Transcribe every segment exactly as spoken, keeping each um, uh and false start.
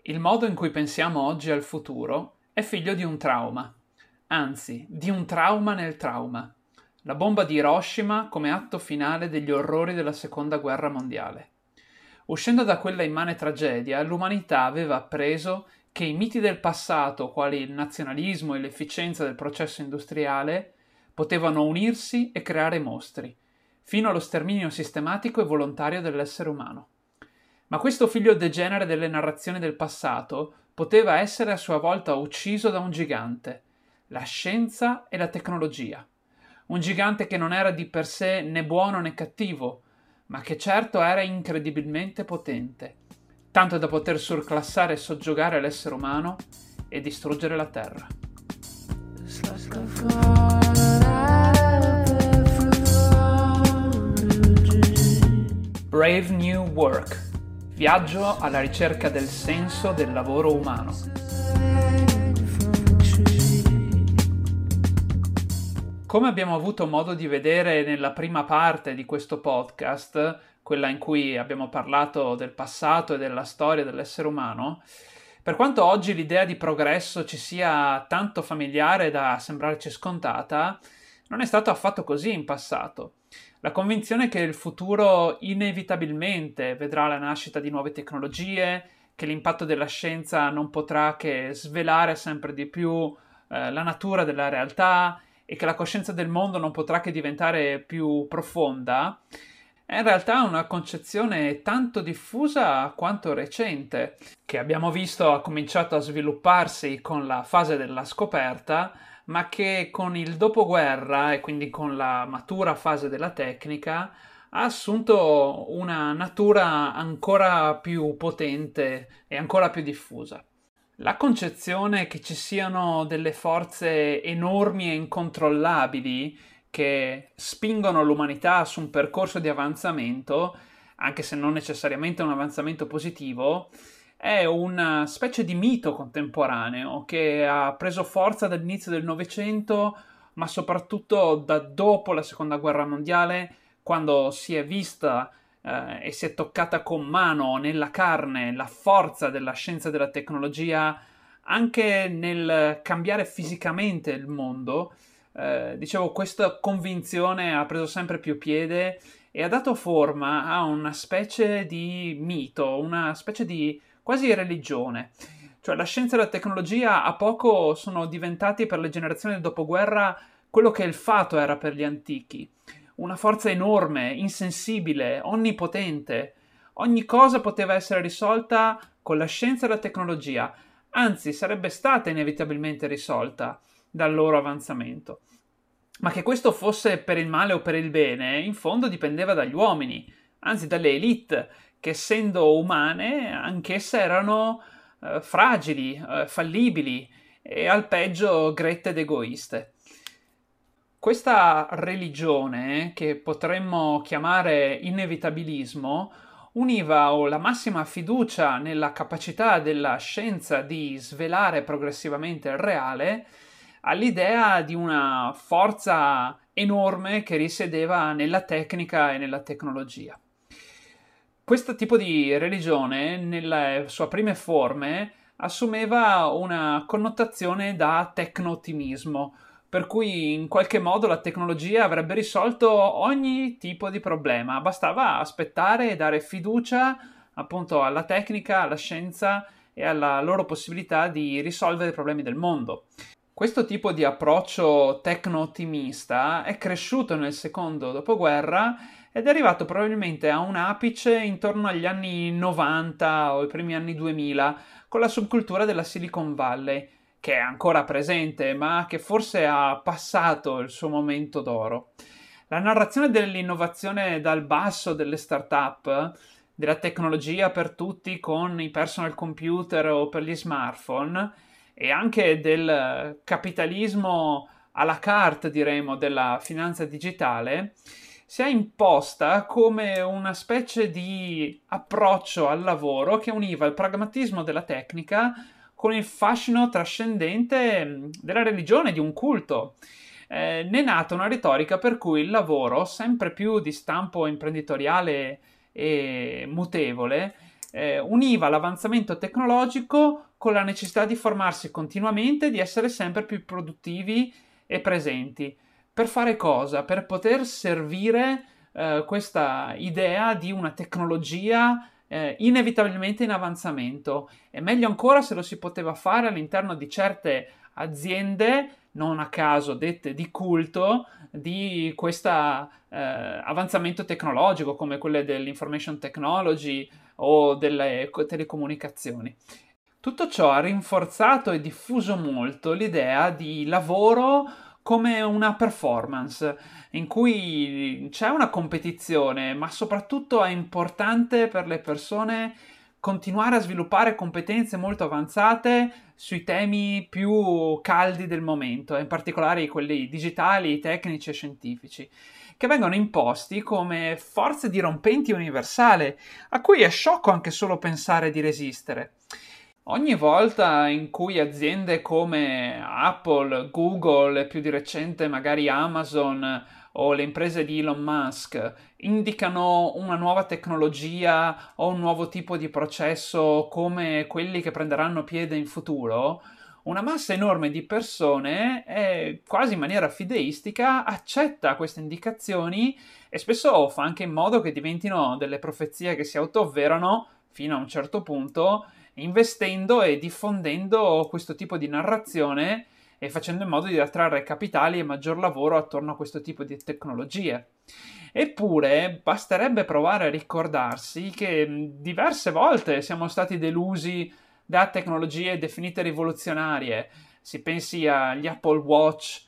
Il modo in cui pensiamo oggi al futuro è figlio di un trauma, anzi, di un trauma nel trauma. La bomba di Hiroshima come atto finale degli orrori della Seconda Guerra Mondiale. Uscendo da quella immane tragedia, l'umanità aveva appreso che i miti del passato, quali il nazionalismo e l'efficienza del processo industriale, potevano unirsi e creare mostri, fino allo sterminio sistematico e volontario dell'essere umano. Ma questo figlio degenere delle narrazioni del passato poteva essere a sua volta ucciso da un gigante, la scienza e la tecnologia. Un gigante che non era di per sé né buono né cattivo, ma che certo era incredibilmente potente, tanto da poter surclassare e soggiogare l'essere umano e distruggere la Terra. Brave New Work. Viaggio alla ricerca del senso del lavoro umano. Come abbiamo avuto modo di vedere nella prima parte di questo podcast, quella in cui abbiamo parlato del passato e della storia dell'essere umano, per quanto oggi l'idea di progresso ci sia tanto familiare da sembrarci scontata, non è stato affatto così in passato. La convinzione che il futuro inevitabilmente vedrà la nascita di nuove tecnologie, che l'impatto della scienza non potrà che svelare sempre di più eh, la natura della realtà e che la coscienza del mondo non potrà che diventare più profonda, è in realtà una concezione tanto diffusa quanto recente, che abbiamo visto ha cominciato a svilupparsi con la fase della scoperta, ma che con il dopoguerra e quindi con la matura fase della tecnica ha assunto una natura ancora più potente e ancora più diffusa. La concezione che ci siano delle forze enormi e incontrollabili che spingono l'umanità su un percorso di avanzamento, anche se non necessariamente un avanzamento positivo, è una specie di mito contemporaneo che ha preso forza dall'inizio del Novecento, ma soprattutto da dopo la Seconda Guerra Mondiale, quando si è vista eh, e si è toccata con mano nella carne la forza della scienza e della tecnologia anche nel cambiare fisicamente il mondo. Eh, dicevo, questa convinzione ha preso sempre più piede e ha dato forma a una specie di mito, una specie di quasi religione. Cioè la scienza e la tecnologia a poco sono diventati per le generazioni del dopoguerra quello che il fato era per gli antichi. Una forza enorme, insensibile, onnipotente. Ogni cosa poteva essere risolta con la scienza e la tecnologia, anzi sarebbe stata inevitabilmente risolta dal loro avanzamento. Ma che questo fosse per il male o per il bene, in fondo dipendeva dagli uomini, anzi dalle elite, che essendo umane anch'esse erano eh, fragili, eh, fallibili e al peggio grette ed egoiste. Questa religione, che potremmo chiamare inevitabilismo, univa la massima fiducia nella capacità della scienza di svelare progressivamente il reale all'idea di una forza enorme che risiedeva nella tecnica e nella tecnologia. Questo tipo di religione, nelle sue prime forme, assumeva una connotazione da tecno-ottimismo, per cui in qualche modo la tecnologia avrebbe risolto ogni tipo di problema. Bastava aspettare e dare fiducia appunto alla tecnica, alla scienza e alla loro possibilità di risolvere i problemi del mondo. Questo tipo di approccio tecno-ottimista è cresciuto nel secondo dopoguerra ed è arrivato probabilmente a un apice intorno agli anni novanta o i primi anni duemila con la subcultura della Silicon Valley, che è ancora presente ma che forse ha passato il suo momento d'oro. La narrazione dell'innovazione dal basso delle start-up, della tecnologia per tutti con i personal computer o per gli smartphone e anche del capitalismo à la carte, diremo, della finanza digitale, si è imposta come una specie di approccio al lavoro che univa il pragmatismo della tecnica con il fascino trascendente della religione, di un culto. Eh, ne è nata una retorica per cui il lavoro, sempre più di stampo imprenditoriale e mutevole, eh, univa l'avanzamento tecnologico con la necessità di formarsi continuamente, di essere sempre più produttivi e presenti. Per fare cosa? Per poter servire eh, questa idea di una tecnologia eh, inevitabilmente in avanzamento. E meglio ancora se lo si poteva fare all'interno di certe aziende, non a caso dette di culto, di questo eh, avanzamento tecnologico, come quelle dell'information technology o delle telecomunicazioni. Tutto ciò ha rinforzato e diffuso molto l'idea di lavoro come una performance, in cui c'è una competizione, ma soprattutto è importante per le persone continuare a sviluppare competenze molto avanzate sui temi più caldi del momento, in particolare quelli digitali, tecnici e scientifici, che vengono imposti come forze dirompenti universali, a cui è sciocco anche solo pensare di resistere. Ogni volta in cui aziende come Apple, Google e più di recente magari Amazon o le imprese di Elon Musk indicano una nuova tecnologia o un nuovo tipo di processo come quelli che prenderanno piede in futuro, una massa enorme di persone, eh, quasi in maniera fideistica, accetta queste indicazioni e spesso fa anche in modo che diventino delle profezie che si autoavverano fino a un certo punto, investendo e diffondendo questo tipo di narrazione e facendo in modo di attrarre capitali e maggior lavoro attorno a questo tipo di tecnologie. Eppure basterebbe provare a ricordarsi che diverse volte siamo stati delusi da tecnologie definite rivoluzionarie. Si pensi agli Apple Watch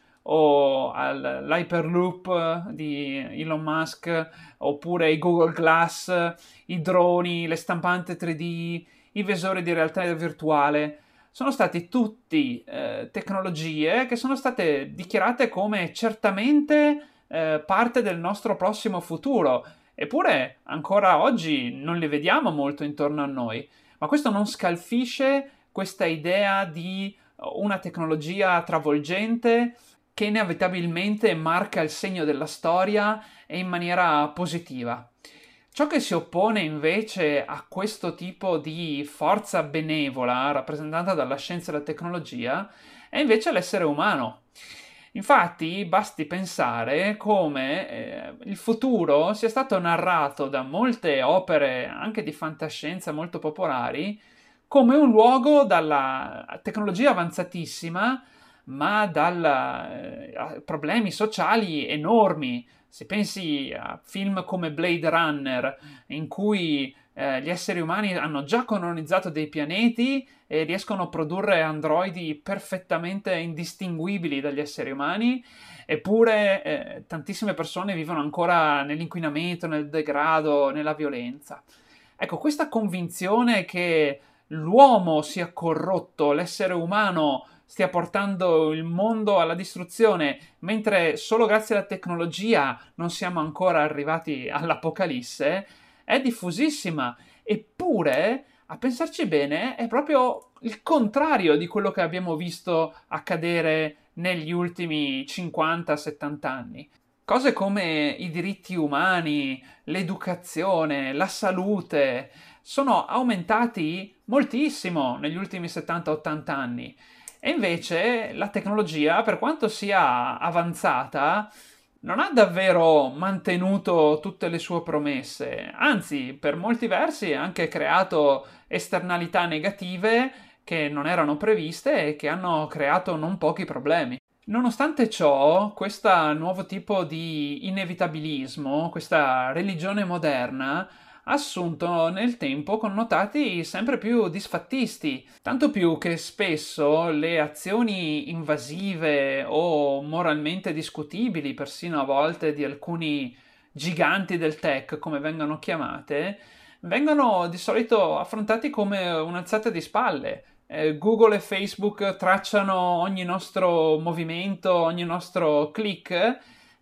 o all'Hyperloop di Elon Musk, oppure ai Google Glass, i droni, le stampanti tre D, i visori di realtà virtuale. Sono stati tutti eh, tecnologie che sono state dichiarate come certamente eh, parte del nostro prossimo futuro, eppure ancora oggi non le vediamo molto intorno a noi. Ma questo non scalfisce questa idea di una tecnologia travolgente che inevitabilmente marca il segno della storia e in maniera positiva. Ciò che si oppone invece a questo tipo di forza benevola rappresentata dalla scienza e la tecnologia è invece l'essere umano. Infatti, basti pensare come eh, il futuro sia stato narrato da molte opere, anche di fantascienza molto popolari, come un luogo dalla tecnologia avanzatissima, ma da eh, problemi sociali enormi. Se pensi a film come Blade Runner, in cui eh, gli esseri umani hanno già colonizzato dei pianeti e riescono a produrre androidi perfettamente indistinguibili dagli esseri umani, eppure eh, tantissime persone vivono ancora nell'inquinamento, nel degrado, nella violenza. Ecco, questa convinzione che l'uomo sia corrotto, l'essere umano stia portando il mondo alla distruzione, mentre solo grazie alla tecnologia non siamo ancora arrivati all'apocalisse, è diffusissima. Eppure, a pensarci bene, è proprio il contrario di quello che abbiamo visto accadere negli ultimi cinquanta settanta anni. Cose come i diritti umani, l'educazione, la salute sono aumentati moltissimo negli ultimi settanta ottanta anni. E invece la tecnologia, per quanto sia avanzata, non ha davvero mantenuto tutte le sue promesse, anzi, per molti versi ha anche creato esternalità negative che non erano previste e che hanno creato non pochi problemi. Nonostante ciò, questo nuovo tipo di inevitabilismo, questa religione moderna, ha assunto nel tempo connotati sempre più disfattisti, tanto più che spesso le azioni invasive o moralmente discutibili, persino a volte di alcuni giganti del tech, come vengono chiamate, vengono di solito affrontati come un'alzata di spalle. Eh, Google e Facebook tracciano ogni nostro movimento, ogni nostro click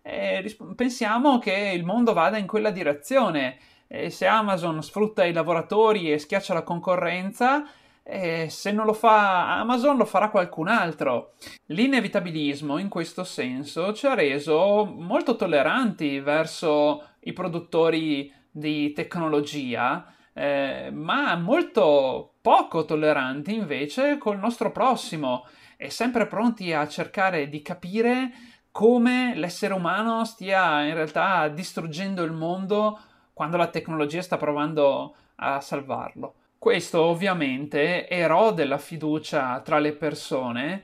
e risp- pensiamo che il mondo vada in quella direzione. E se Amazon sfrutta i lavoratori e schiaccia la concorrenza, eh, se non lo fa Amazon lo farà qualcun altro. L'inevitabilismo in questo senso ci ha reso molto tolleranti verso i produttori di tecnologia, eh, ma molto poco tolleranti invece col nostro prossimo e sempre pronti a cercare di capire come l'essere umano stia in realtà distruggendo il mondo quando la tecnologia sta provando a salvarlo. Questo ovviamente erode la fiducia tra le persone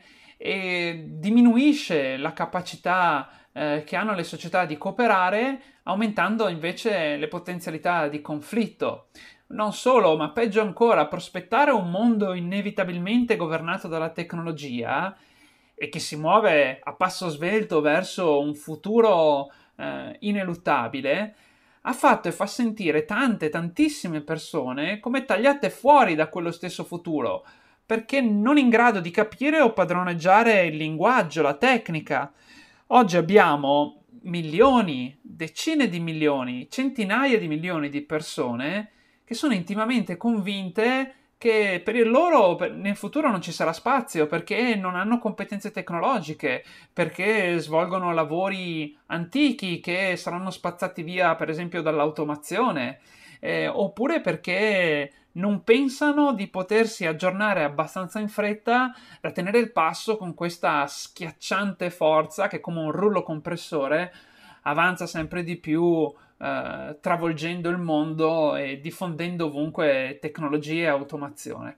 e diminuisce la capacità eh, che hanno le società di cooperare, aumentando invece le potenzialità di conflitto. Non solo, ma peggio ancora, prospettare un mondo inevitabilmente governato dalla tecnologia e che si muove a passo svelto verso un futuro eh, ineluttabile, ha fatto e fa sentire tante, tantissime persone come tagliate fuori da quello stesso futuro, perché non in grado di capire o padroneggiare il linguaggio, la tecnica. Oggi abbiamo milioni, decine di milioni, centinaia di milioni di persone che sono intimamente convinte che per il loro per, nel futuro non ci sarà spazio perché non hanno competenze tecnologiche, perché svolgono lavori antichi che saranno spazzati via per esempio dall'automazione, eh, oppure perché non pensano di potersi aggiornare abbastanza in fretta da tenere il passo con questa schiacciante forza che come un rullo compressore avanza sempre di più eh, travolgendo il mondo e diffondendo ovunque tecnologie e automazione.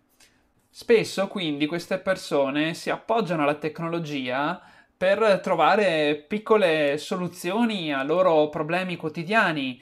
Spesso quindi queste persone si appoggiano alla tecnologia per trovare piccole soluzioni ai loro problemi quotidiani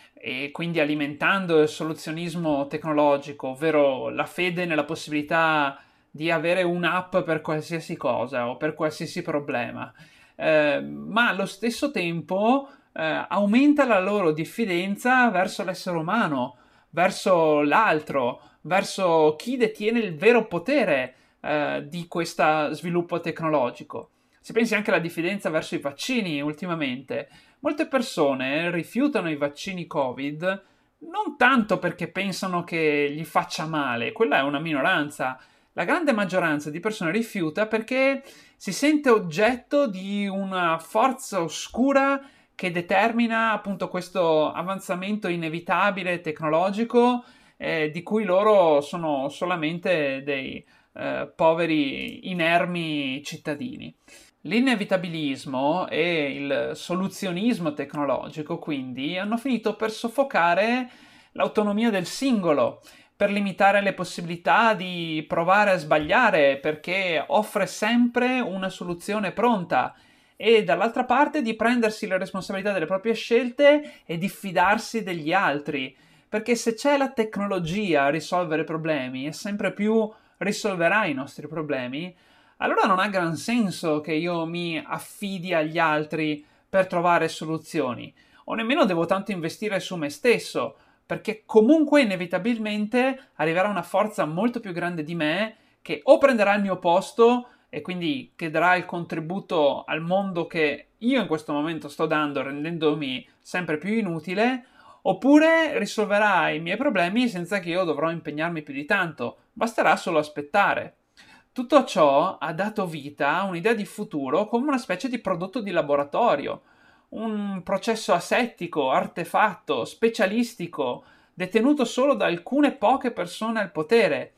e quindi alimentando il soluzionismo tecnologico, ovvero la fede nella possibilità di avere un'app per qualsiasi cosa o per qualsiasi problema. Eh, ma allo stesso tempo eh, aumenta la loro diffidenza verso l'essere umano, verso l'altro, verso chi detiene il vero potere eh, di questo sviluppo tecnologico. Si pensi anche alla diffidenza verso i vaccini ultimamente. Molte persone rifiutano i vaccini Covid non tanto perché pensano che gli faccia male, quella è una minoranza. La grande maggioranza di persone rifiuta perché si sente oggetto di una forza oscura che determina appunto questo avanzamento inevitabile tecnologico eh, di cui loro sono solamente dei eh, poveri inermi cittadini. L'inevitabilismo e il soluzionismo tecnologico quindi hanno finito per soffocare l'autonomia del singolo, per limitare le possibilità di provare a sbagliare perché offre sempre una soluzione pronta e dall'altra parte di prendersi le responsabilità delle proprie scelte e di fidarsi degli altri, perché se c'è la tecnologia a risolvere problemi e sempre più risolverà i nostri problemi, allora non ha gran senso che io mi affidi agli altri per trovare soluzioni, o nemmeno devo tanto investire su me stesso, perché comunque inevitabilmente arriverà una forza molto più grande di me che o prenderà il mio posto e quindi che darà il contributo al mondo che io in questo momento sto dando, rendendomi sempre più inutile, oppure risolverà i miei problemi senza che io dovrò impegnarmi più di tanto. Basterà solo aspettare. Tutto ciò ha dato vita a un'idea di futuro come una specie di prodotto di laboratorio, un processo asettico, artefatto, specialistico, detenuto solo da alcune poche persone al potere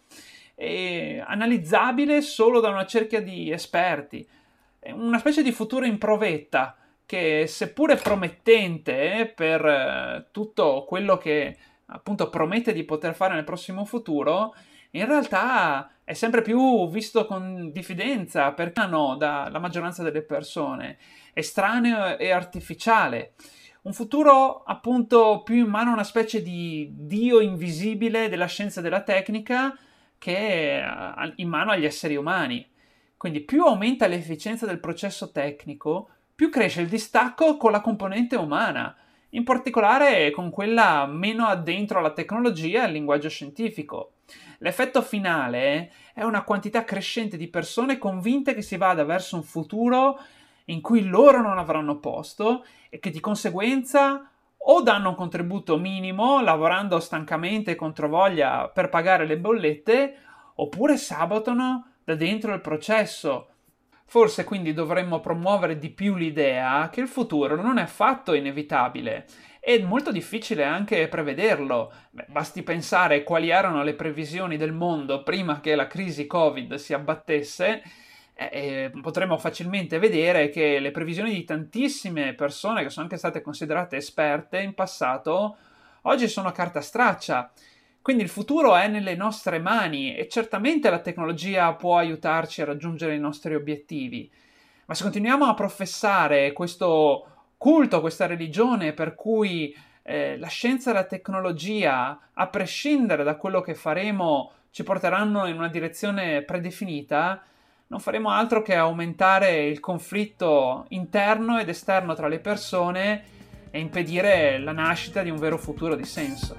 e analizzabile solo da una cerchia di esperti. È una specie di futuro in provetta che, seppure promettente per eh, tutto quello che appunto promette di poter fare nel prossimo futuro, in realtà è sempre più visto con diffidenza perché hanno dalla maggioranza delle persone, estraneo e artificiale. Un futuro appunto più in mano a una specie di dio invisibile della scienza e della tecnica che è in mano agli esseri umani. Quindi più aumenta l'efficienza del processo tecnico, più cresce il distacco con la componente umana, in particolare con quella meno addentro alla tecnologia e al linguaggio scientifico. L'effetto finale è una quantità crescente di persone convinte che si vada verso un futuro in cui loro non avranno posto e che di conseguenza o danno un contributo minimo lavorando stancamente e controvoglia per pagare le bollette, oppure sabotano da dentro il processo. Forse quindi dovremmo promuovere di più l'idea che il futuro non è affatto inevitabile è molto difficile anche prevederlo. Beh, basti pensare quali erano le previsioni del mondo prima che la crisi Covid si abbattesse, e potremmo facilmente vedere che le previsioni di tantissime persone che sono anche state considerate esperte in passato oggi sono carta straccia. Quindi il futuro è nelle nostre mani e certamente la tecnologia può aiutarci a raggiungere i nostri obiettivi, ma se continuiamo a professare questo culto, questa religione per cui eh, la scienza e la tecnologia, a prescindere da quello che faremo, ci porteranno in una direzione predefinita, non faremo altro che aumentare il conflitto interno ed esterno tra le persone e impedire la nascita di un vero futuro di senso.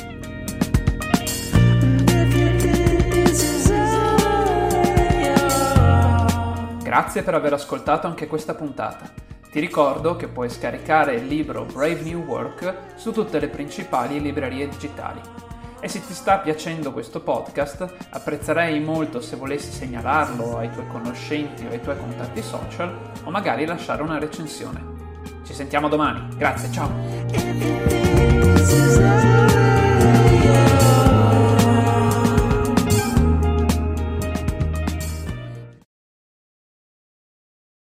Grazie per aver ascoltato anche questa puntata. Ti ricordo che puoi scaricare il libro Brave New Work su tutte le principali librerie digitali. E se ti sta piacendo questo podcast, apprezzerei molto se volessi segnalarlo ai tuoi conoscenti o ai tuoi contatti social o magari lasciare una recensione. Ci sentiamo domani. Grazie, ciao!